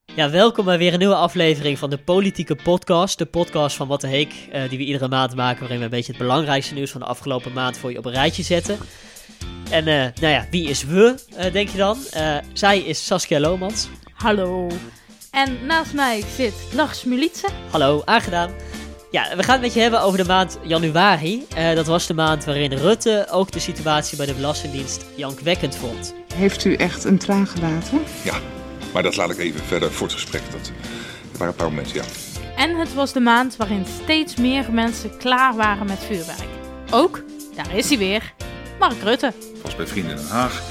Ja, welkom bij weer een nieuwe aflevering van de Politieke Podcast. De podcast van Wat de Heek, die we iedere maand maken, waarin we een beetje het belangrijkste nieuws van de afgelopen maand voor je op een rijtje zetten. En wie is we, denk je dan? Zij is Saskia Lomans. Hallo. En naast mij zit Lars Mulitse. Hallo, aangedaan. Ja, we gaan het met je hebben over de maand januari. Dat was de maand waarin Rutte ook de situatie bij de Belastingdienst jankwekkend vond. Heeft u echt een traan gelaten? Ja, maar dat laat ik even verder voor het gesprek. Dat waren een paar momenten, ja. En het was de maand waarin steeds meer mensen klaar waren met vuurwerk. Ook, daar is hij weer, Mark Rutte. Ik was bij vrienden in Den Haag.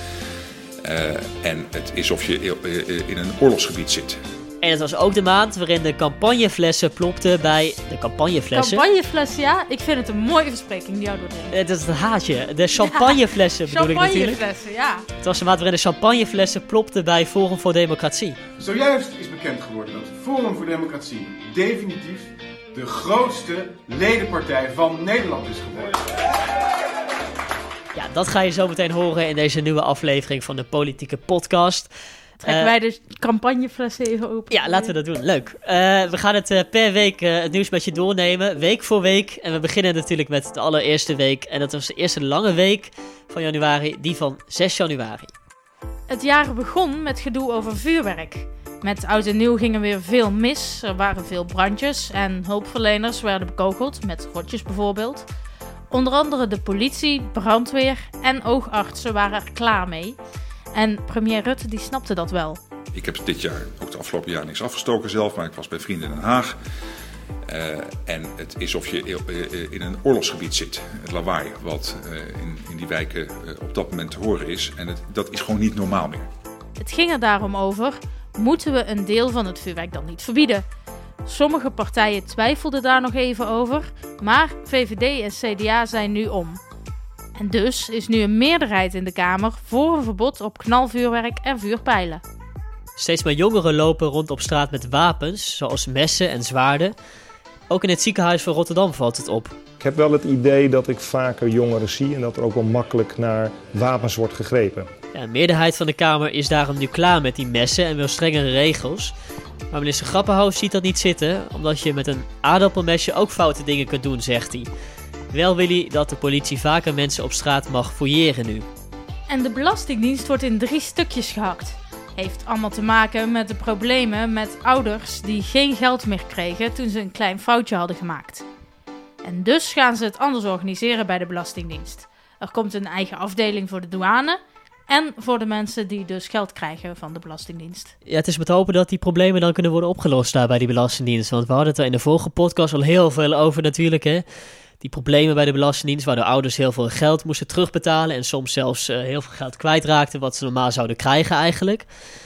En het is of je in een oorlogsgebied zit. En het was ook de maand waarin de campagneflessen plopten bij de campagneflessen. Campagneflessen, ja. Ik vind het een mooie verspreking die jou doet denken. Dat is het haatje. De champagneflessen bedoel ik natuurlijk. Champagneflessen, ja. Het was de maand waarin de champagneflessen plopten bij Forum voor Democratie. Zojuist is bekend geworden dat Forum voor Democratie definitief de grootste ledenpartij van Nederland is geworden. Ja, dat ga je zo meteen horen in deze nieuwe aflevering van de Politieke Podcast. Trekken wij de campagneflessen even open? Ja, laten we dat doen. Leuk. We gaan het per week het nieuws met je doornemen, week voor week. En we beginnen natuurlijk met de allereerste week. En dat was de eerste lange week van januari, die van 6 januari. Het jaar begon met gedoe over vuurwerk. Met oud en nieuw gingen weer veel mis. Er waren veel brandjes en hulpverleners werden bekogeld, met rotjes bijvoorbeeld. Onder andere de politie, brandweer en oogartsen waren er klaar mee. En premier Rutte die snapte dat wel. Ik heb dit jaar, ook de afgelopen jaar, niks afgestoken zelf, maar ik was bij vrienden in Den Haag. En het is of je in een oorlogsgebied zit. Het lawaai wat in die wijken op dat moment te horen is. En dat is gewoon niet normaal meer. Het ging er daarom over, moeten we een deel van het vuurwerk dan niet verbieden? Sommige partijen twijfelden daar nog even over, maar VVD en CDA zijn nu om. En dus is nu een meerderheid in de Kamer voor een verbod op knalvuurwerk en vuurpijlen. Steeds meer jongeren lopen rond op straat met wapens, zoals messen en zwaarden. Ook in het ziekenhuis van Rotterdam valt het op. Ik heb wel het idee dat ik vaker jongeren zie en dat er ook wel makkelijk naar wapens wordt gegrepen. Ja, een meerderheid van de Kamer is daarom nu klaar met die messen en wil strengere regels. Maar minister Grapperhaus ziet dat niet zitten, omdat je met een aardappelmesje ook foute dingen kunt doen, zegt hij. Wel wil hij dat de politie vaker mensen op straat mag fouilleren nu. En de Belastingdienst wordt in 3 stukjes gehakt. Heeft allemaal te maken met de problemen met ouders die geen geld meer kregen toen ze een klein foutje hadden gemaakt. En dus gaan ze het anders organiseren bij de Belastingdienst. Er komt een eigen afdeling voor de douane en voor de mensen die dus geld krijgen van de Belastingdienst. Ja, het is met hopen dat die problemen dan kunnen worden opgelost daar bij die Belastingdienst. Want we hadden het er in de vorige podcast al heel veel over natuurlijk, hè. Die problemen bij de Belastingdienst, waardoor ouders heel veel geld moesten terugbetalen en soms zelfs heel veel geld kwijtraakten wat ze normaal zouden krijgen eigenlijk.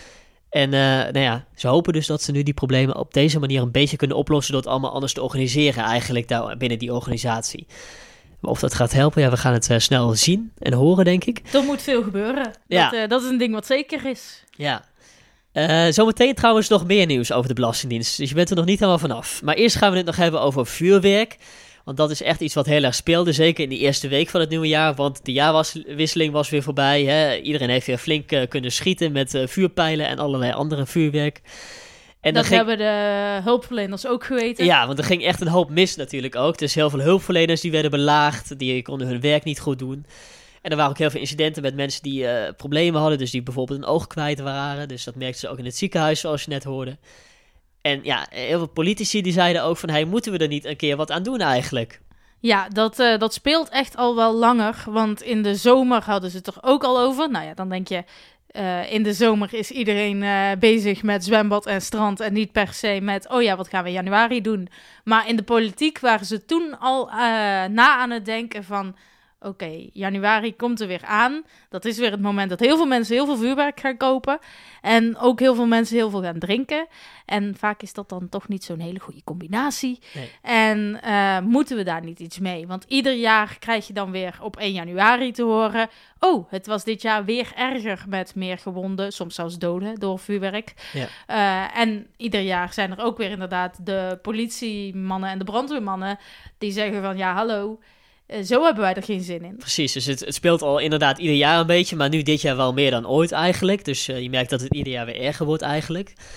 En ze hopen dus dat ze nu die problemen op deze manier een beetje kunnen oplossen door het allemaal anders te organiseren eigenlijk daar binnen die organisatie. Maar of dat gaat helpen, ja, we gaan het snel zien en horen, denk ik. Er moet veel gebeuren. Ja. Dat is een ding wat zeker is. Ja. Zometeen trouwens nog meer nieuws over de Belastingdienst, dus je bent er nog niet helemaal vanaf. Maar eerst gaan we het nog hebben over vuurwerk. Want dat is echt iets wat heel erg speelde, zeker in die eerste week van het nieuwe jaar. Want de jaarwisseling was weer voorbij. Hè? Iedereen heeft weer flink kunnen schieten met vuurpijlen en allerlei andere vuurwerk. En dat hebben de hulpverleners ook geweten. Ja, want er ging echt een hoop mis natuurlijk ook. Dus heel veel hulpverleners die werden belaagd, die konden hun werk niet goed doen. En er waren ook heel veel incidenten met mensen die problemen hadden. Dus die bijvoorbeeld een oog kwijt waren. Dus dat merkten ze ook in het ziekenhuis, zoals je net hoorde. En ja, heel veel politici die zeiden ook van, hey, moeten we er niet een keer wat aan doen eigenlijk? Ja, dat speelt echt al wel langer, want in de zomer hadden ze het er ook al over. Nou ja, dan denk je, in de zomer is iedereen bezig met zwembad en strand en niet per se met, oh ja, wat gaan we in januari doen? Maar in de politiek waren ze toen al na aan het denken van, oké, januari komt er weer aan. Dat is weer het moment dat heel veel mensen heel veel vuurwerk gaan kopen. En ook heel veel mensen heel veel gaan drinken. En vaak is dat dan toch niet zo'n hele goede combinatie. Nee. En moeten we daar niet iets mee? Want ieder jaar krijg je dan weer op 1 januari te horen, oh, het was dit jaar weer erger met meer gewonden, soms zelfs doden door vuurwerk. Ja. En ieder jaar zijn er ook weer inderdaad de politiemannen en de brandweermannen die zeggen van, ja, hallo, zo hebben wij er geen zin in. Precies, dus het speelt al inderdaad ieder jaar een beetje, maar nu dit jaar wel meer dan ooit eigenlijk. Dus je merkt dat het ieder jaar weer erger wordt eigenlijk.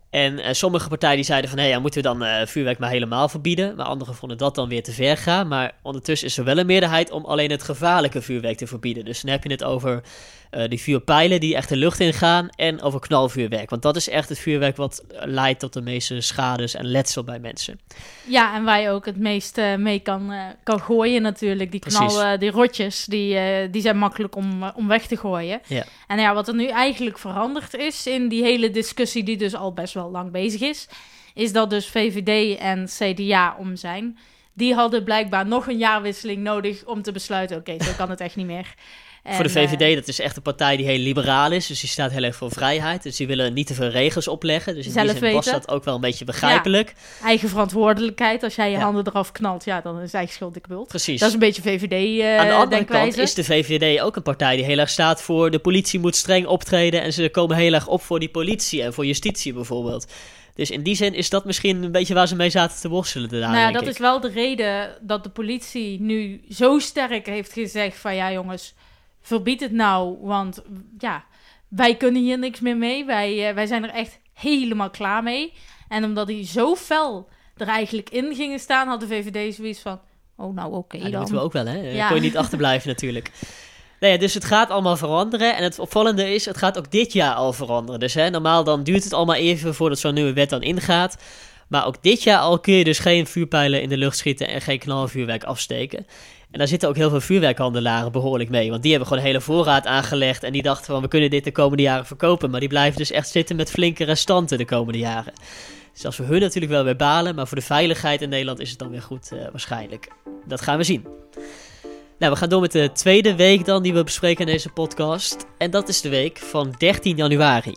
En sommige partijen die zeiden van, moeten we dan vuurwerk maar helemaal verbieden. Maar anderen vonden dat dan weer te ver gaan. Maar ondertussen is er wel een meerderheid om alleen het gevaarlijke vuurwerk te verbieden. Dus dan heb je het over die vuurpijlen die echt de lucht ingaan en over knalvuurwerk. Want dat is echt het vuurwerk wat leidt tot de meeste schades en letsel bij mensen. Ja, en waar je ook het meest mee kan gooien natuurlijk. Die rotjes, die zijn makkelijk om weg te gooien. Ja. En wat er nu eigenlijk veranderd is in die hele discussie die dus al best wel lang bezig is dat dus VVD en CDA om zijn. Die hadden blijkbaar nog een jaarwisseling nodig om te besluiten, oké, zo kan het echt niet meer. Voor de VVD, dat is echt een partij die heel liberaal is. Dus die staat heel erg voor vrijheid. Dus die willen niet te veel regels opleggen. Dus in die zin was dat ook wel een beetje begrijpelijk. Ja, eigen verantwoordelijkheid. Als jij je handen eraf knalt, dan is eigen schuld dikke bult. Precies. Dat is een beetje VVD-denkwijze. Aan de andere kant is de VVD ook een partij die heel erg staat voor de politie moet streng optreden. En ze komen heel erg op voor die politie en voor justitie bijvoorbeeld. Dus in die zin is dat misschien een beetje waar ze mee zaten te worstelen. Dat is wel de reden dat de politie nu zo sterk heeft gezegd van ja jongens, verbied het nou, want wij kunnen hier niks meer mee. Wij zijn er echt helemaal klaar mee. En omdat die zo fel er eigenlijk in gingen staan, had de VVD zoiets van, oké dan. Dat moeten we ook wel, hè? Dan kon je niet achterblijven natuurlijk. Nee, dus het gaat allemaal veranderen. En het opvallende is, het gaat ook dit jaar al veranderen. Dus normaal dan duurt het allemaal even voordat zo'n nieuwe wet dan ingaat. Maar ook dit jaar al kun je dus geen vuurpijlen in de lucht schieten en geen knalvuurwerk afsteken. En daar zitten ook heel veel vuurwerkhandelaren behoorlijk mee. Want die hebben gewoon een hele voorraad aangelegd. En die dachten van, we kunnen dit de komende jaren verkopen. Maar die blijven dus echt zitten met flinke restanten de komende jaren. Dus dat is voor hun natuurlijk wel weer balen. Maar voor de veiligheid in Nederland is het dan weer goed waarschijnlijk. Dat gaan we zien. Nou, we gaan door met de tweede week dan die we bespreken in deze podcast. En dat is de week van 13 januari.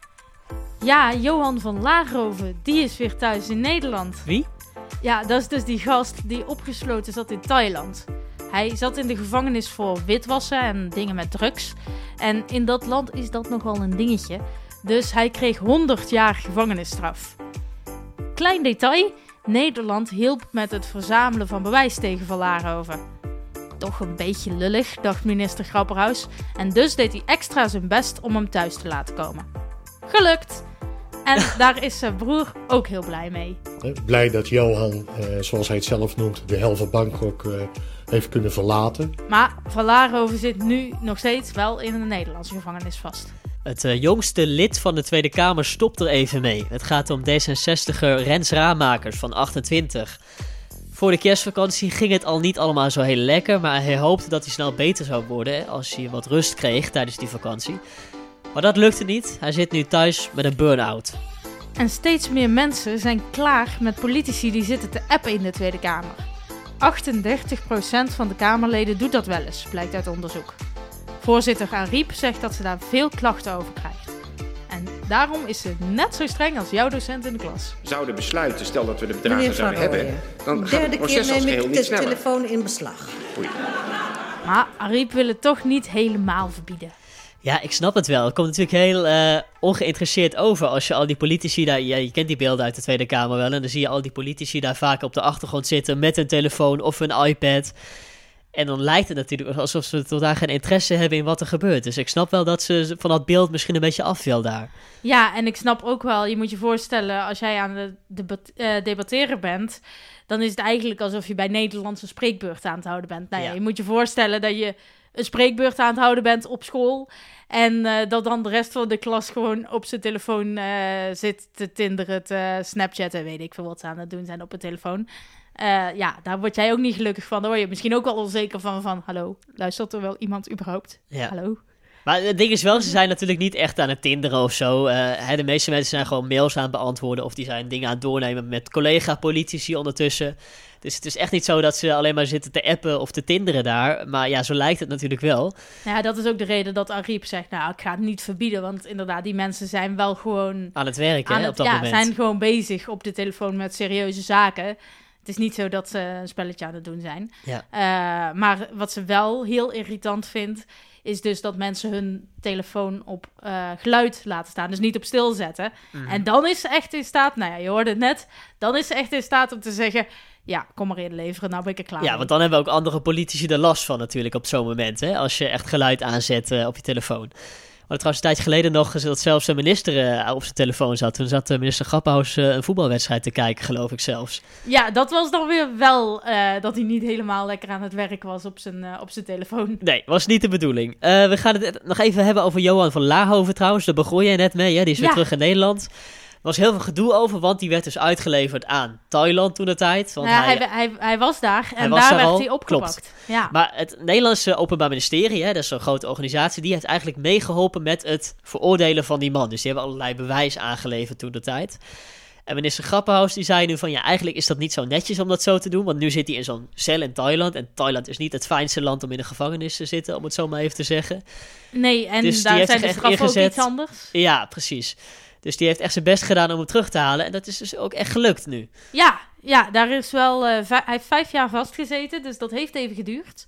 Ja, Johan van Laarhoven, die is weer thuis in Nederland. Wie? Ja, dat is dus die gast die opgesloten zat in Thailand. Hij zat in de gevangenis voor witwassen en dingen met drugs. En in dat land is dat nog wel een dingetje. Dus hij kreeg 100 jaar gevangenisstraf. Klein detail, Nederland hielp met het verzamelen van bewijs tegen Van Laarhoven. Toch een beetje lullig, dacht minister Grapperhaus. En dus deed hij extra zijn best om hem thuis te laten komen. Gelukt! En daar is zijn broer ook heel blij mee. Blij dat Johan, zoals hij het zelf noemt, de hel van Bangkok heeft kunnen verlaten. Maar Van Laarhoven zit nu nog steeds wel in een Nederlandse gevangenis vast. Het jongste lid van de Tweede Kamer stopt er even mee. Het gaat om D66er Rens Raamakers van 28. Voor de kerstvakantie ging het al niet allemaal zo heel lekker, maar hij hoopte dat hij snel beter zou worden als hij wat rust kreeg tijdens die vakantie. Maar dat lukte niet. Hij zit nu thuis met een burn-out. En steeds meer mensen zijn klaar met politici die zitten te appen in de Tweede Kamer. 38% van de Kamerleden doet dat wel eens, blijkt uit onderzoek. Voorzitter Ariep zegt dat ze daar veel klachten over krijgt. En daarom is ze net zo streng als jouw docent in de klas. Zouden besluiten, stel dat we de bedragen zouden hebben, dan gaat het proces als geheel niet sneller. De telefoon in beslag. Oei. Maar Ariep wil het toch niet helemaal verbieden. Ja, ik snap het wel. Het komt natuurlijk heel ongeïnteresseerd over als je al die politici daar... Ja, je kent die beelden uit de Tweede Kamer wel. En dan zie je al die politici daar vaak op de achtergrond zitten met een telefoon of een iPad. En dan lijkt het natuurlijk alsof ze totaal geen interesse hebben in wat er gebeurt. Dus ik snap wel dat ze van dat beeld misschien een beetje afviel daar. Ja, en ik snap ook wel, je moet je voorstellen, als jij aan het debatteren bent, dan is het eigenlijk alsof je bij Nederlandse spreekbeurt aan het houden bent. Nou ja, je moet je voorstellen dat je een spreekbeurt aan het houden bent op school. En dat dan de rest van de klas gewoon op zijn telefoon zit te tinderen, te snapchatten, weet ik veel wat ze aan het doen zijn op een telefoon. Daar word jij ook niet gelukkig van. Daar word je misschien ook wel onzeker van hallo, luistert er wel iemand überhaupt? Ja. Hallo? Maar het ding is wel, ze zijn natuurlijk niet echt aan het tinderen of zo. De meeste mensen zijn gewoon mails aan het beantwoorden of die zijn dingen aan het doornemen met collega-politici ondertussen. Dus het is echt niet zo dat ze alleen maar zitten te appen of te tinderen daar. Maar ja, zo lijkt het natuurlijk wel. Ja, dat is ook de reden dat Ariep zegt, ik ga het niet verbieden. Want inderdaad, die mensen zijn wel gewoon aan het werken op dat moment. Ja, zijn gewoon bezig op de telefoon met serieuze zaken. Het is niet zo dat ze een spelletje aan het doen zijn. Ja. Maar wat ze wel heel irritant vindt, is dus dat mensen hun telefoon op geluid laten staan. Dus niet op stil zetten. Mm. En dan is ze echt in staat, je hoorde het net, dan is ze echt in staat om te zeggen, ja, kom maar inleveren, nou ben ik er klaar mee. Want dan hebben ook andere politici er last van natuurlijk op zo'n moment, hè, als je echt geluid aanzet op je telefoon. Maar trouwens een tijdje geleden nog dat zelfs de minister op zijn telefoon zat. Toen zat minister Grapperhaus een voetbalwedstrijd te kijken, geloof ik zelfs. Ja, dat was dan weer wel dat hij niet helemaal lekker aan het werk was op zijn telefoon. Nee, was niet de bedoeling. We gaan het nog even hebben over Johan van Laarhoven trouwens. Daar begon jij net mee, hè? Die is weer terug in Nederland. Er was heel veel gedoe over, want die werd dus uitgeleverd aan Thailand toen de tijd. Want hij was daar en daar werd hij opgepakt. Ja. Maar het Nederlandse Openbaar Ministerie, dat is zo'n grote organisatie, die heeft eigenlijk meegeholpen met het veroordelen van die man. Dus die hebben allerlei bewijs aangeleverd toen de tijd. En minister Grapperhaus die zei nu van, eigenlijk is dat niet zo netjes om dat zo te doen, want nu zit hij in zo'n cel in Thailand. En Thailand is niet het fijnste land om in de gevangenis te zitten, om het zo maar even te zeggen. Nee, en dus daar zijn de straffen ook iets anders. Ja, precies. Dus die heeft echt zijn best gedaan om hem terug te halen. En dat is dus ook echt gelukt nu. Ja, daar is wel... hij heeft 5 jaar vastgezeten, dus dat heeft even geduurd.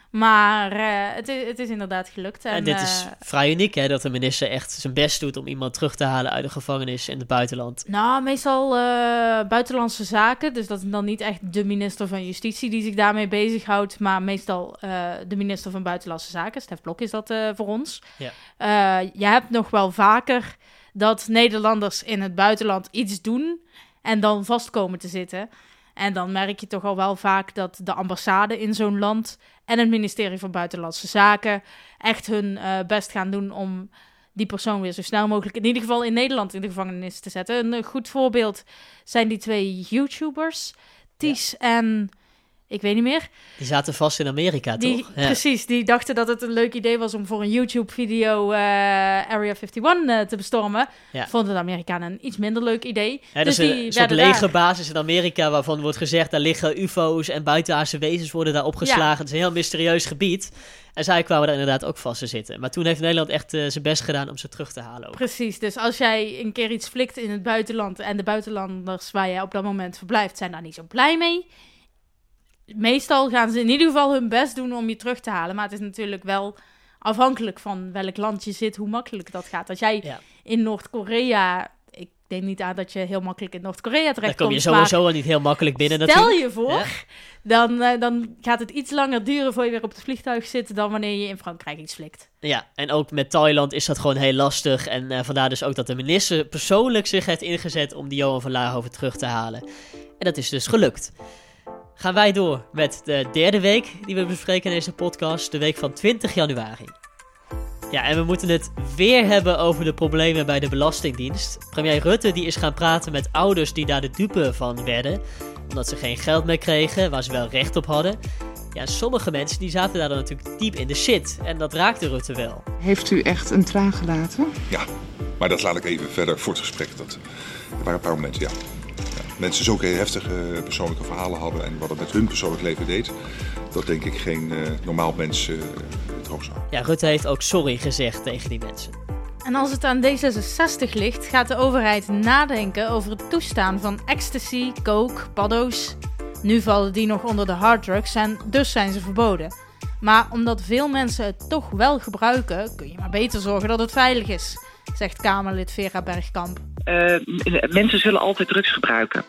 Maar het is inderdaad gelukt. En dit is vrij uniek, hè, dat de minister echt zijn best doet om iemand terug te halen uit de gevangenis in het buitenland. Nou, meestal buitenlandse zaken. Dus dat is dan niet echt de minister van Justitie die zich daarmee bezighoudt. Maar meestal de minister van Buitenlandse Zaken. Stef Blok is dat voor ons. Ja. Je hebt nog wel vaker dat Nederlanders in het buitenland iets doen en dan vast komen te zitten. En dan merk je toch al wel vaak dat de ambassade in zo'n land en het ministerie van Buitenlandse Zaken echt hun best gaan doen om die persoon weer zo snel mogelijk, in ieder geval in Nederland, in de gevangenis te zetten. Een goed voorbeeld zijn die 2 YouTubers, Ties en... Ik weet niet meer. Die zaten vast in Amerika, toch? Ja. Precies, die dachten dat het een leuk idee was om voor een YouTube-video Area 51 te bestormen. Ja. Vonden de Amerikanen een iets minder leuk idee. Ja, dus een soort legerbasis in Amerika waarvan wordt gezegd, daar liggen ufo's en buitenaardse wezens worden daar opgeslagen. Ja. Het is een heel mysterieus gebied. En zij kwamen daar inderdaad ook vast te zitten. Maar toen heeft Nederland echt zijn best gedaan om ze terug te halen. Ook. Precies, dus als jij een keer iets flikt in het buitenland en de buitenlanders waar jij op dat moment verblijft zijn daar niet zo blij mee. Meestal gaan ze in ieder geval hun best doen om je terug te halen. Maar het is natuurlijk wel afhankelijk van welk land je zit, hoe makkelijk dat gaat. Als jij in Noord-Korea... Ik denk niet aan dat je heel makkelijk in Noord-Korea terechtkomt. Dan kom je sowieso al niet heel makkelijk binnen. Stel je voor, dan gaat het iets langer duren voor je weer op het vliegtuig zit dan wanneer je in Frankrijk iets flikt. Ja, en ook met Thailand is dat gewoon heel lastig. En vandaar dus ook dat de minister persoonlijk zich heeft ingezet om die Johan van Laarhoven terug te halen. En dat is dus gelukt. Gaan wij door met de derde week die we bespreken in deze podcast, de week van 20 januari. Ja, en we moeten het weer hebben over de problemen bij de Belastingdienst. Premier Rutte die is gaan praten met ouders die daar de dupe van werden, omdat ze geen geld meer kregen, waar ze wel recht op hadden. Ja, sommige mensen die zaten daar dan natuurlijk diep in de shit en dat raakte Rutte wel. Heeft u echt een traan gelaten? Ja, maar dat laat ik even verder voor het gesprek. Er waren een paar momenten, ja. Mensen zulke heftige persoonlijke verhalen hadden en wat het met hun persoonlijk leven deed, dat denk ik geen normaal mens het hoog zou. Ja, Rutte heeft ook sorry gezegd tegen die mensen. En als het aan D66 ligt, gaat de overheid nadenken over het toestaan van ecstasy, coke, paddo's. Nu vallen die nog onder de harddrugs en dus zijn ze verboden. Maar omdat veel mensen het toch wel gebruiken, kun je maar beter zorgen dat het veilig is, zegt Kamerlid Vera Bergkamp. Mensen zullen altijd drugs gebruiken.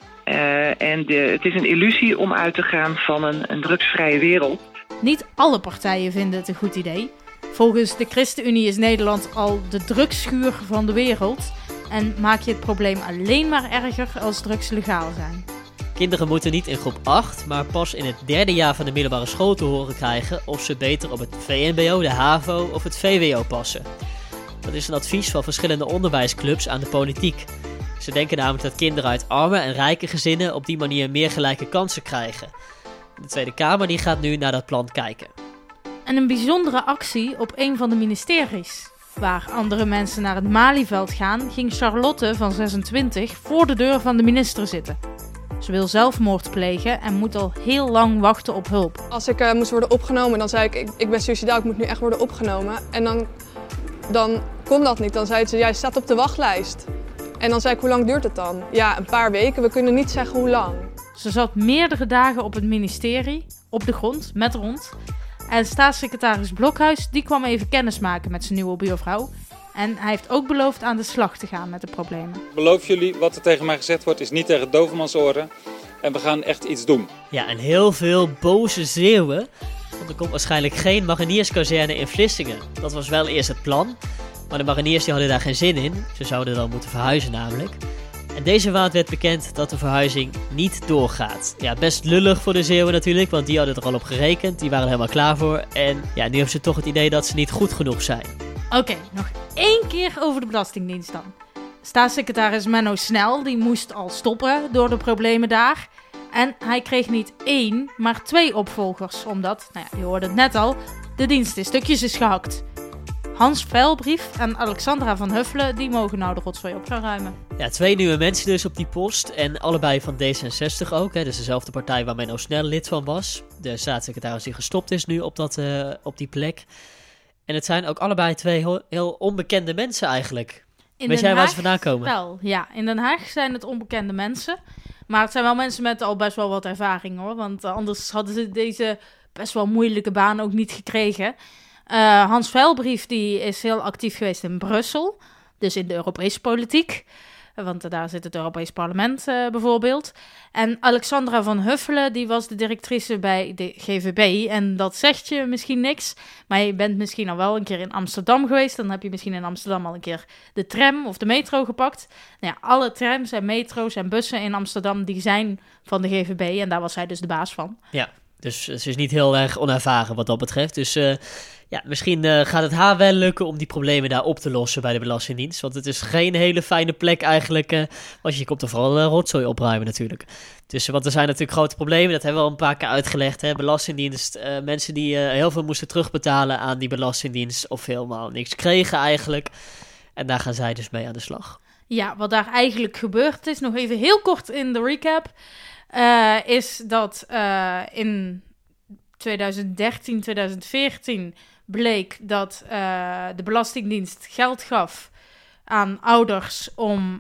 Het is een illusie om uit te gaan van een drugsvrije wereld. Niet alle partijen vinden het een goed idee. Volgens de ChristenUnie is Nederland al de drugsschuur van de wereld. En maak je het probleem alleen maar erger als drugs legaal zijn. Kinderen moeten niet in groep 8, maar pas in het 3e jaar van de middelbare school te horen krijgen of ze beter op het VMBO, de HAVO of het VWO passen. Dat is een advies van verschillende onderwijsclubs aan de politiek. Ze denken namelijk dat kinderen uit arme en rijke gezinnen op die manier meer gelijke kansen krijgen. De Tweede Kamer die gaat nu naar dat plan kijken. En een bijzondere actie op een van de ministeries. Waar andere mensen naar het Malieveld gaan, ging Charlotte van 26 voor de deur van de minister zitten. Ze wil zelfmoord plegen en moet al heel lang wachten op hulp. Als ik moest worden opgenomen, dan zei ik ben suicidaal, ik moet nu echt worden opgenomen. En dan kon dat niet. Dan zei ze, jij staat op de wachtlijst. En dan zei ik, hoe lang duurt het dan? Ja, een paar weken, we kunnen niet zeggen hoe lang. Ze zat meerdere dagen op het ministerie, op de grond, met rond. En staatssecretaris Blokhuis, die kwam even kennismaken met zijn nieuwe buurvrouw. En hij heeft ook beloofd aan de slag te gaan met de problemen. Ik beloof jullie, wat er tegen mij gezegd wordt, is niet tegen dovemansoren. En we gaan echt iets doen. Ja, en heel veel boze zeeuwen. Want er komt waarschijnlijk geen marinierskazerne in Vlissingen. Dat was wel eerst het plan. Maar de mariniers die hadden daar geen zin in. Ze zouden dan moeten verhuizen namelijk. En deze maand werd bekend dat de verhuizing niet doorgaat. Ja, best lullig voor de Zeeuwen natuurlijk, want die hadden er al op gerekend. Die waren er helemaal klaar voor. En ja, nu hebben ze toch het idee dat ze niet goed genoeg zijn. Oké, nog 1 keer over de Belastingdienst dan. Staatssecretaris Menno Snel, die moest al stoppen door de problemen daar. En hij kreeg niet 1, maar 2 opvolgers. Omdat, je hoorde het net al, de dienst in stukjes is gehakt. Hans Veilbrief en Alexandra van Huffelen, die mogen nou de rotzooi op gaan ruimen. Ja, 2 nieuwe mensen dus op die post. En allebei van D66 ook. Hè. Dus dezelfde partij waar Menno Snel lid van was. De staatssecretaris die gestopt is nu op die plek. En het zijn ook allebei 2 heel onbekende mensen eigenlijk. Weet jij waar ze vandaan komen? Wel, ja. In Den Haag zijn het onbekende mensen. Maar het zijn wel mensen met al best wel wat ervaring hoor. Want anders hadden ze deze best wel moeilijke baan ook niet gekregen. Hans Veilbrief die is heel actief geweest in Brussel. Dus in de Europese politiek. Want daar zit het Europees Parlement bijvoorbeeld. En Alexandra van Huffelen, die was de directrice bij de GVB. En dat zegt je misschien niks. Maar je bent misschien al wel een keer in Amsterdam geweest. Dan heb je misschien in Amsterdam al een keer de tram of de metro gepakt. Nou ja, alle trams en metro's en bussen in Amsterdam, die zijn van de GVB. En daar was zij dus de baas van. Ja, dus ze is niet heel erg onervaren wat dat betreft. Dus misschien gaat het haar wel lukken om die problemen daar op te lossen bij de Belastingdienst. Want het is geen hele fijne plek eigenlijk. Want je komt er vooral rotzooi opruimen natuurlijk. Dus, want er zijn natuurlijk grote problemen. Dat hebben we al een paar keer uitgelegd. Hè? Belastingdienst, mensen die heel veel moesten terugbetalen aan die Belastingdienst. Of helemaal niks kregen eigenlijk. En daar gaan zij dus mee aan de slag. Ja, wat daar eigenlijk gebeurd is, nog even heel kort in de recap. Is dat in 2013, 2014 bleek dat de Belastingdienst geld gaf aan ouders om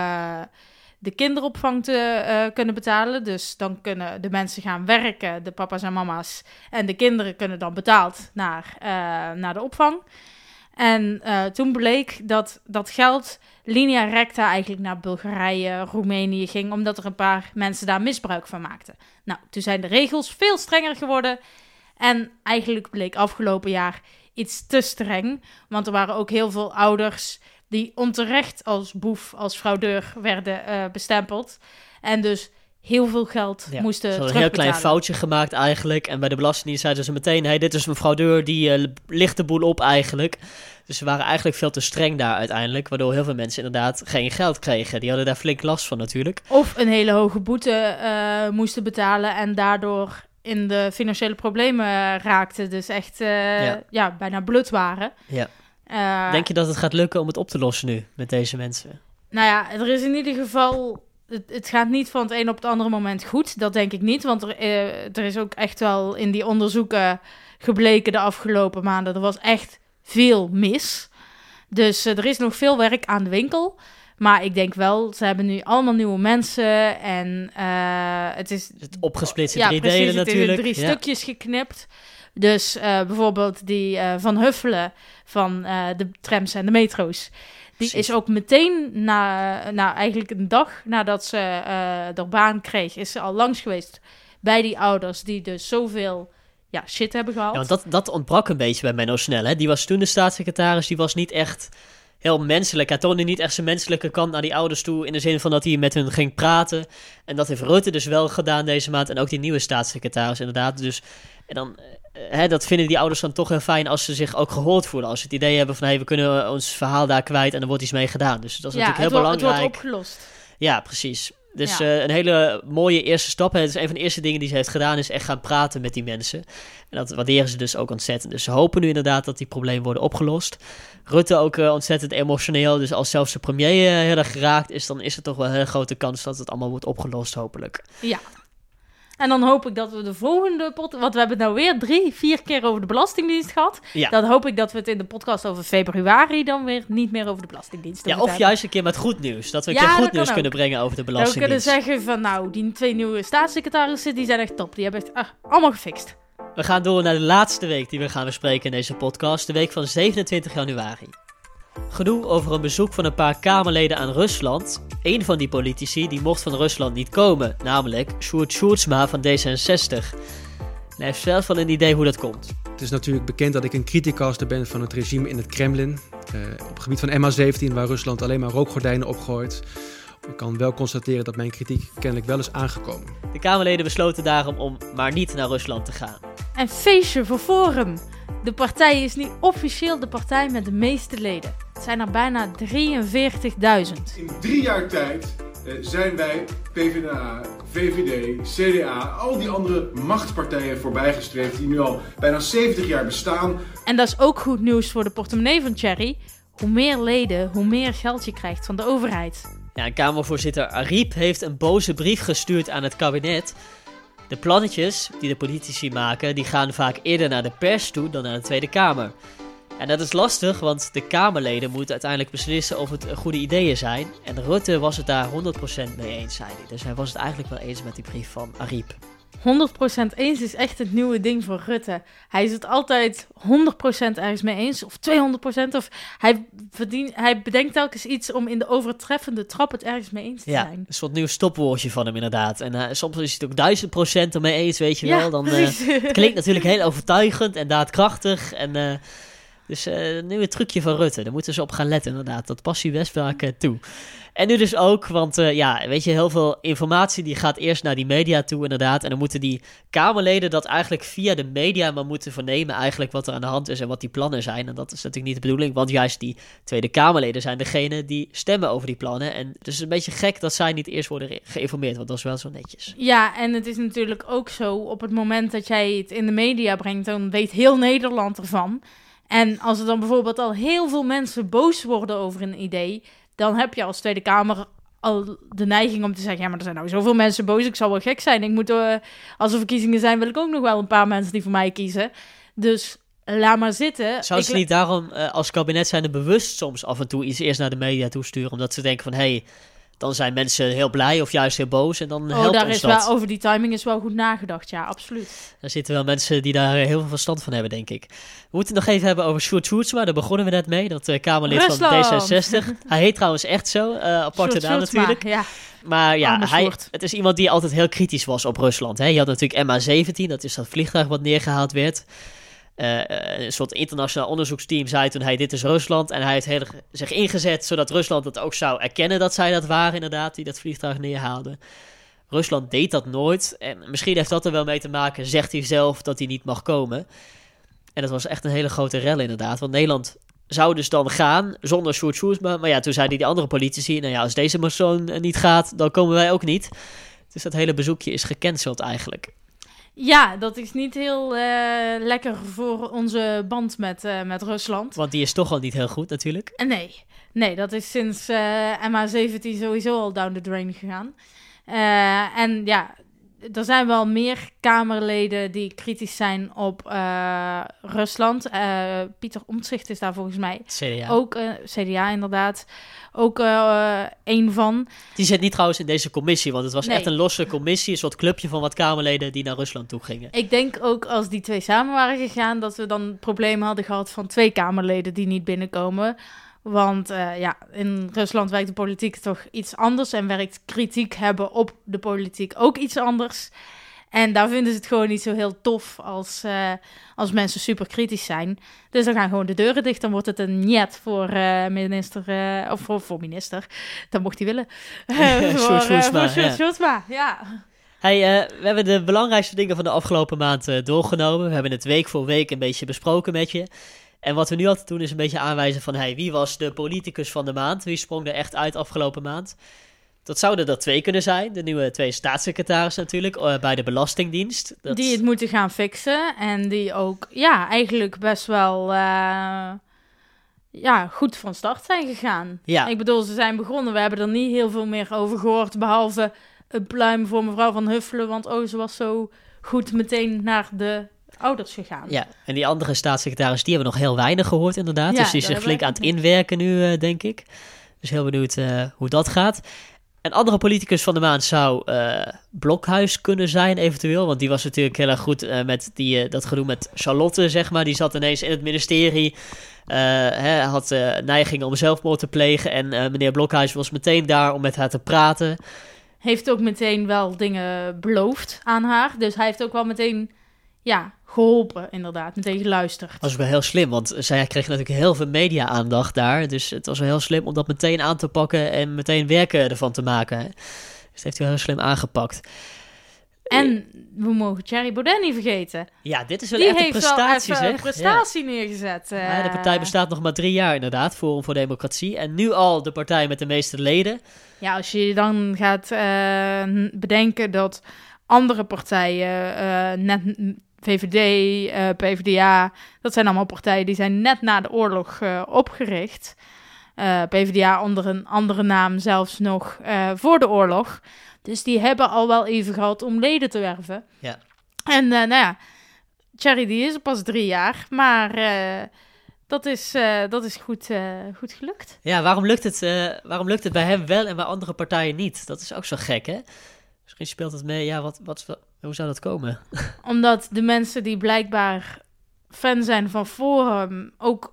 de kinderopvang te kunnen betalen. Dus dan kunnen de mensen gaan werken, de papa's en mama's. En de kinderen kunnen dan betaald naar de opvang. En toen bleek dat dat geld linea recta eigenlijk naar Bulgarije, Roemenië ging, omdat er een paar mensen daar misbruik van maakten. Nou, toen zijn de regels veel strenger geworden. En eigenlijk bleek afgelopen jaar iets te streng. Want er waren ook heel veel ouders die onterecht als boef, als fraudeur werden bestempeld. En dus heel veel geld moesten terugbetalen. Een heel klein foutje gemaakt eigenlijk. En bij de Belastingdienst zeiden ze meteen, hey, dit is een fraudeur, die licht de boel op eigenlijk. Dus ze waren eigenlijk veel te streng daar uiteindelijk. Waardoor heel veel mensen inderdaad geen geld kregen. Die hadden daar flink last van natuurlijk. Of een hele hoge boete moesten betalen en daardoor in de financiële problemen raakten. Dus echt bijna blut waren. Ja. Denk je dat het gaat lukken om het op te lossen nu met deze mensen? Nou ja, er is in ieder geval... Het gaat niet van het een op het andere moment goed. Dat denk ik niet. Want er is ook echt wel in die onderzoeken gebleken de afgelopen maanden. Er was echt veel mis. Dus er is nog veel werk aan de winkel. Maar ik denk wel, ze hebben nu allemaal nieuwe mensen. En het is... Het opgesplitst in 3 delen natuurlijk. Het is in 3 stukjes geknipt. Dus bijvoorbeeld die Van Huffelen van de trams en de metro's. Die is ook meteen eigenlijk een dag nadat ze haar baan kreeg, is ze al langs geweest bij die ouders die dus zoveel shit hebben gehad. Ja, want dat ontbrak een beetje bij Menno Snel. Hè? Die was toen de staatssecretaris, die was niet echt heel menselijk. Hij toonde niet echt zijn menselijke kant naar die ouders toe, in de zin van dat hij met hun ging praten. En dat heeft Rutte dus wel gedaan deze maand. En ook die nieuwe staatssecretaris inderdaad. Dus, en dan... dat vinden die ouders dan toch heel fijn als ze zich ook gehoord voelen. Als ze het idee hebben van, we kunnen ons verhaal daar kwijt en er wordt iets mee gedaan. Dus dat is natuurlijk heel belangrijk. Het wordt opgelost. Ja, precies. Dus een hele mooie eerste stap. Het is een van de eerste dingen die ze heeft gedaan, is echt gaan praten met die mensen. En dat waarderen ze dus ook ontzettend. Dus ze hopen nu inderdaad dat die problemen worden opgelost. Rutte ook ontzettend emotioneel. Dus als zelfs de premier heel erg geraakt is, dan is er toch wel een hele grote kans dat het allemaal wordt opgelost, hopelijk. Ja. En dan hoop ik dat we de volgende podcast... Want we hebben het nou weer 3-4 keer over de Belastingdienst gehad. Ja. Dan hoop ik dat we het in de podcast over februari dan weer niet meer over de Belastingdienst hebben. Of juist een keer met goed nieuws. Dat we een keer goed nieuws kunnen brengen over de Belastingdienst. We kunnen zeggen van die 2 nieuwe staatssecretarissen, die zijn echt top. Die hebben het allemaal gefixt. We gaan door naar de laatste week die we gaan bespreken in deze podcast. De week van 27 januari. Gedoe over een bezoek van een paar Kamerleden aan Rusland. Eén van die politici die mocht van Rusland niet komen, namelijk Sjoerd Sjoerdsma van D66. Hij heeft zelf wel een idee hoe dat komt. Het is natuurlijk bekend dat ik een criticaster ben van het regime in het Kremlin. Op het gebied van MH17, waar Rusland alleen maar rookgordijnen opgooit. Ik kan wel constateren dat mijn kritiek kennelijk wel is aangekomen. De Kamerleden besloten daarom om maar niet naar Rusland te gaan. En feestje voor Forum. De partij is nu officieel de partij met de meeste leden. Het zijn er bijna 43.000. In 3 jaar tijd zijn wij, PvdA, VVD, CDA, al die andere machtspartijen voorbijgestreefd die nu al bijna 70 jaar bestaan. En dat is ook goed nieuws voor de portemonnee van Thierry. Hoe meer leden, hoe meer geld je krijgt van de overheid. Ja, en Kamervoorzitter Ariep heeft een boze brief gestuurd aan het kabinet. De plannetjes die de politici maken, die gaan vaak eerder naar de pers toe dan naar de Tweede Kamer. En dat is lastig, want de Kamerleden moeten uiteindelijk beslissen of het goede ideeën zijn. En Rutte was het daar 100% mee eens, zei hij. Dus hij was het eigenlijk wel eens met die brief van Ariep. 100% eens is echt het nieuwe ding voor Rutte. Hij is het altijd 100% ergens mee eens, of 200%. Of hij bedenkt telkens iets om in de overtreffende trap het ergens mee eens te zijn. Ja, een soort nieuw stopwoordje van hem inderdaad. En soms is het ook 1000% ermee eens, weet je wel. Dan, het klinkt natuurlijk heel overtuigend en daadkrachtig. En dus een nieuwe trucje van Rutte. Daar moeten ze op gaan letten inderdaad. Dat past hij best vaak toe. En nu dus ook, want weet je, heel veel informatie die gaat eerst naar die media toe inderdaad. En dan moeten die Kamerleden dat eigenlijk via de media maar moeten vernemen eigenlijk wat er aan de hand is en wat die plannen zijn. En dat is natuurlijk niet de bedoeling, want juist die Tweede Kamerleden zijn degene die stemmen over die plannen. En het is een beetje gek dat zij niet eerst worden geïnformeerd, want dat is wel zo netjes. Ja, en het is natuurlijk ook zo, op het moment dat jij het in de media brengt, dan weet heel Nederland ervan. En als er dan bijvoorbeeld al heel veel mensen boos worden over een idee, dan heb je als Tweede Kamer al de neiging om te zeggen, ja, maar er zijn nou zoveel mensen boos, ik zal wel gek zijn. Ik moet, als er verkiezingen zijn, wil ik ook nog wel een paar mensen die voor mij kiezen. Dus laat maar zitten. Zou ze niet daarom als kabinet zijn er bewust soms af en toe iets eerst naar de media toesturen, omdat ze denken van, hey, dan zijn mensen heel blij of juist heel boos en dan helpt daar ons is dat. Wel, over die timing is wel goed nagedacht, ja, absoluut. Er zitten wel mensen die daar heel veel verstand van hebben, denk ik. We moeten het nog even hebben over Sjoerd Sjoerdsma, daar begonnen we net mee, dat Kamerlid Rusland van D66. Hij heet trouwens echt zo, aparte naam natuurlijk. Ja. Maar ja, het is iemand die altijd heel kritisch was op Rusland. Hè. Je had natuurlijk MH17, dat is dat vliegtuig wat neergehaald werd. Een soort internationaal onderzoeksteam zei toen dit is Rusland. En hij heeft zich ingezet zodat Rusland het ook zou erkennen dat zij dat waren inderdaad, die dat vliegtuig neerhaalden. Rusland deed dat nooit. En misschien heeft dat er wel mee te maken, zegt hij zelf, dat hij niet mag komen. En dat was echt een hele grote rel inderdaad. Want Nederland zou dus dan gaan zonder Sjoerd Sjoerdsma. Maar ja, toen zeiden die andere politici, nou ja, als deze persoon niet gaat, dan komen wij ook niet. Dus dat hele bezoekje is gecanceld eigenlijk. Ja, dat is niet heel lekker voor onze band met Rusland. Want die is toch al niet heel goed natuurlijk. Nee, dat is sinds MH17 sowieso al down the drain gegaan. En ja, er zijn wel meer Kamerleden die kritisch zijn op Rusland. Pieter Omtzigt is daar volgens mij. CDA. Ook CDA inderdaad. Ook een van. Die zit niet trouwens in deze commissie, want het was echt een losse commissie. Een soort clubje van wat Kamerleden die naar Rusland toe gingen. Ik denk ook als die twee samen waren gegaan, dat we dan problemen hadden gehad van 2 Kamerleden die niet binnenkomen. Want in Rusland werkt de politiek toch iets anders en werkt kritiek hebben op de politiek ook iets anders. En daar vinden ze het gewoon niet zo heel tof als mensen super kritisch zijn. Dus dan gaan gewoon de deuren dicht. Dan wordt het een niet voor minister, of voor minister. Dat mocht hij willen. Sjoerd Sjoerdsma, ja. Hey, we hebben de belangrijkste dingen van de afgelopen maand doorgenomen. We hebben het week voor week een beetje besproken met je. En wat we nu altijd doen is een beetje aanwijzen van, wie was de politicus van de maand? Wie sprong er echt uit afgelopen maand? Dat zouden er 2 kunnen zijn. De nieuwe 2 staatssecretarissen natuurlijk bij de Belastingdienst. Die het moeten gaan fixen en die ook eigenlijk best wel goed van start zijn gegaan. Ja. Ik bedoel, ze zijn begonnen. We hebben er niet heel veel meer over gehoord, behalve een pluim voor mevrouw Van Huffelen, want ze was zo goed meteen naar de ouders gegaan. Ja, en die andere staatssecretaris, die hebben we nog heel weinig gehoord inderdaad. Dus die is zich flink aan het inwerken nu, denk ik. Dus heel benieuwd hoe dat gaat. Een andere politicus van de maand zou Blokhuis kunnen zijn eventueel. Want die was natuurlijk heel erg goed met dat gedoe met Charlotte, zeg maar. Die zat ineens in het ministerie. Had neiging om zelfmoord te plegen. En meneer Blokhuis was meteen daar om met haar te praten. Heeft ook meteen wel dingen beloofd aan haar. Dus hij heeft ook wel meteen geholpen, inderdaad. Meteen geluisterd. Dat was wel heel slim, want zij kreeg natuurlijk heel veel media-aandacht daar. Dus het was wel heel slim om dat meteen aan te pakken en meteen werken ervan te maken. Dus dat heeft hij heel slim aangepakt. En we mogen Thierry Baudet niet vergeten. Ja, dit is wel echt een prestatie, zeg. Die heeft een prestatie neergezet. De partij bestaat nog maar 3 jaar inderdaad, Forum voor Democratie. En nu al de partij met de meeste leden. Ja, als je dan gaat bedenken dat andere partijen, net VVD, PvdA, dat zijn allemaal partijen die zijn net na de oorlog opgericht. PvdA onder een andere naam zelfs nog voor de oorlog. Dus die hebben al wel even gehad om leden te werven. Ja. En Thierry die is er pas 3 jaar, maar dat is goed gelukt. Ja, waarom lukt het bij hem wel en bij andere partijen niet? Dat is ook zo gek, hè? Misschien speelt het mee. Ja, hoe zou dat komen? Omdat de mensen die blijkbaar fan zijn van Forum ook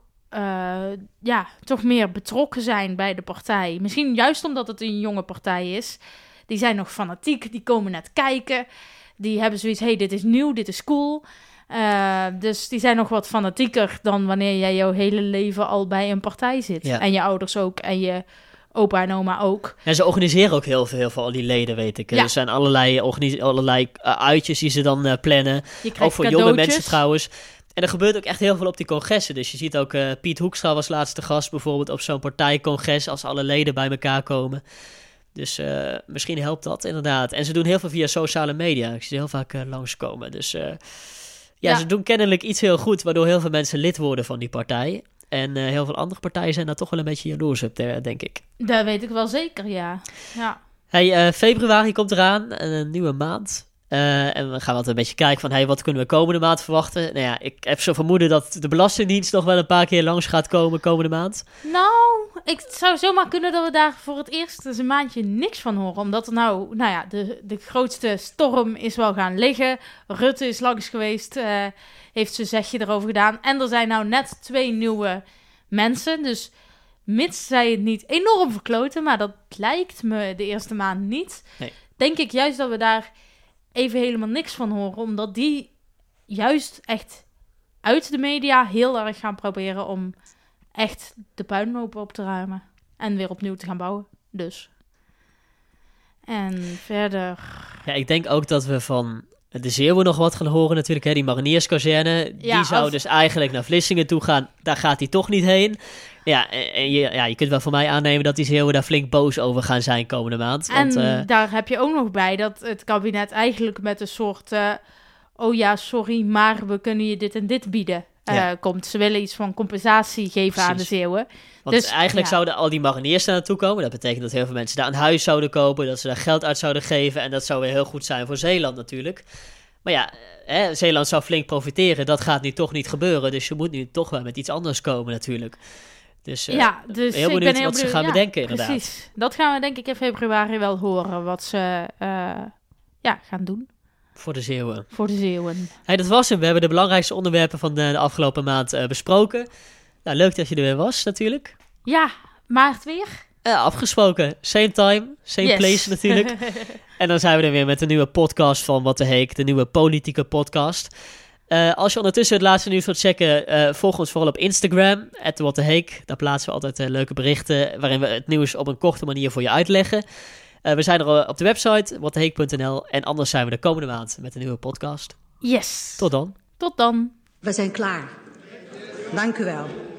toch meer betrokken zijn bij de partij. Misschien juist omdat het een jonge partij is. Die zijn nog fanatiek, die komen net kijken. Die hebben zoiets, dit is nieuw, dit is cool. Dus die zijn nog wat fanatieker dan wanneer jij jouw hele leven al bij een partij zit. Ja. En je ouders ook, en je opa en oma ook. En ze organiseren ook heel veel voor al die leden, weet ik. Ja. Er zijn allerlei uitjes die ze dan plannen. Ook voor jonge mensen trouwens. En er gebeurt ook echt heel veel op die congressen. Dus je ziet ook, Piet Hoekstra was laatste gast bijvoorbeeld op zo'n partijcongres als alle leden bij elkaar komen. Dus misschien helpt dat inderdaad. En ze doen heel veel via sociale media. Ik zie ze heel vaak langskomen. Dus ze doen kennelijk iets heel goed, waardoor heel veel mensen lid worden van die partij. En heel veel andere partijen zijn daar toch wel een beetje jaloers op, denk ik. Dat weet ik wel zeker, ja. Hey, februari komt eraan, een nieuwe maand. En we gaan altijd een beetje kijken van, wat kunnen we komende maand verwachten? Nou ja, ik heb zo vermoeden dat de Belastingdienst nog wel een paar keer langs gaat komen komende maand. Nou, het zou zomaar kunnen dat we daar voor het eerst eens een maandje niks van horen. Omdat er de grootste storm is wel gaan liggen. Rutte is langs geweest, heeft zijn zegje erover gedaan. En er zijn nou net 2 nieuwe mensen. Dus mits zij het niet enorm verkloten, maar dat lijkt me de eerste maand niet. Nee. Denk ik juist dat we daar even helemaal niks van horen. Omdat die juist echt uit de media heel erg gaan proberen om echt de puinhopen op te ruimen. En weer opnieuw te gaan bouwen. Dus. En verder. Ja, ik denk ook dat we van de Zeeuwen nog wat gaan horen natuurlijk. Hè? Die marinierskazerne. Ja, die zou dus eigenlijk naar Vlissingen toe gaan. Daar gaat hij toch niet heen. Ja, en je kunt wel voor mij aannemen dat die Zeeuwen daar flink boos over gaan zijn komende maand. En daar heb je ook nog bij dat het kabinet eigenlijk met een soort sorry, maar we kunnen je dit en dit bieden. Komt. Ze willen iets van compensatie geven aan de Zeeuwen. Want dus, eigenlijk zouden al die mariniers daar naartoe komen. Dat betekent dat heel veel mensen daar een huis zouden kopen, dat ze daar geld uit zouden geven. En dat zou weer heel goed zijn voor Zeeland natuurlijk. Maar Zeeland zou flink profiteren. Dat gaat nu toch niet gebeuren. Dus je moet nu toch wel met iets anders komen natuurlijk. Dus, dus heel benieuwd wat ze gaan bedenken inderdaad. Precies. Dat gaan we denk ik in februari wel horen. Wat ze gaan doen. Voor de Zeeuwen. Voor de Zeeuwen. Hey, dat was hem. We hebben de belangrijkste onderwerpen van de afgelopen maand besproken. Nou, leuk dat je er weer was natuurlijk. Ja, maart weer. Afgesproken. Same time, same place natuurlijk. En dan zijn we er weer met een nieuwe podcast van What the Heek. De nieuwe politieke podcast. Als je ondertussen het laatste nieuws wilt checken, volg ons vooral op Instagram, @WhatTheHeek. Daar plaatsen we altijd leuke berichten waarin we het nieuws op een korte manier voor je uitleggen. We zijn er op de website, whattheheek.nl. En anders zijn we de komende maand met een nieuwe podcast. Yes. Tot dan. Tot dan. We zijn klaar. Dank u wel.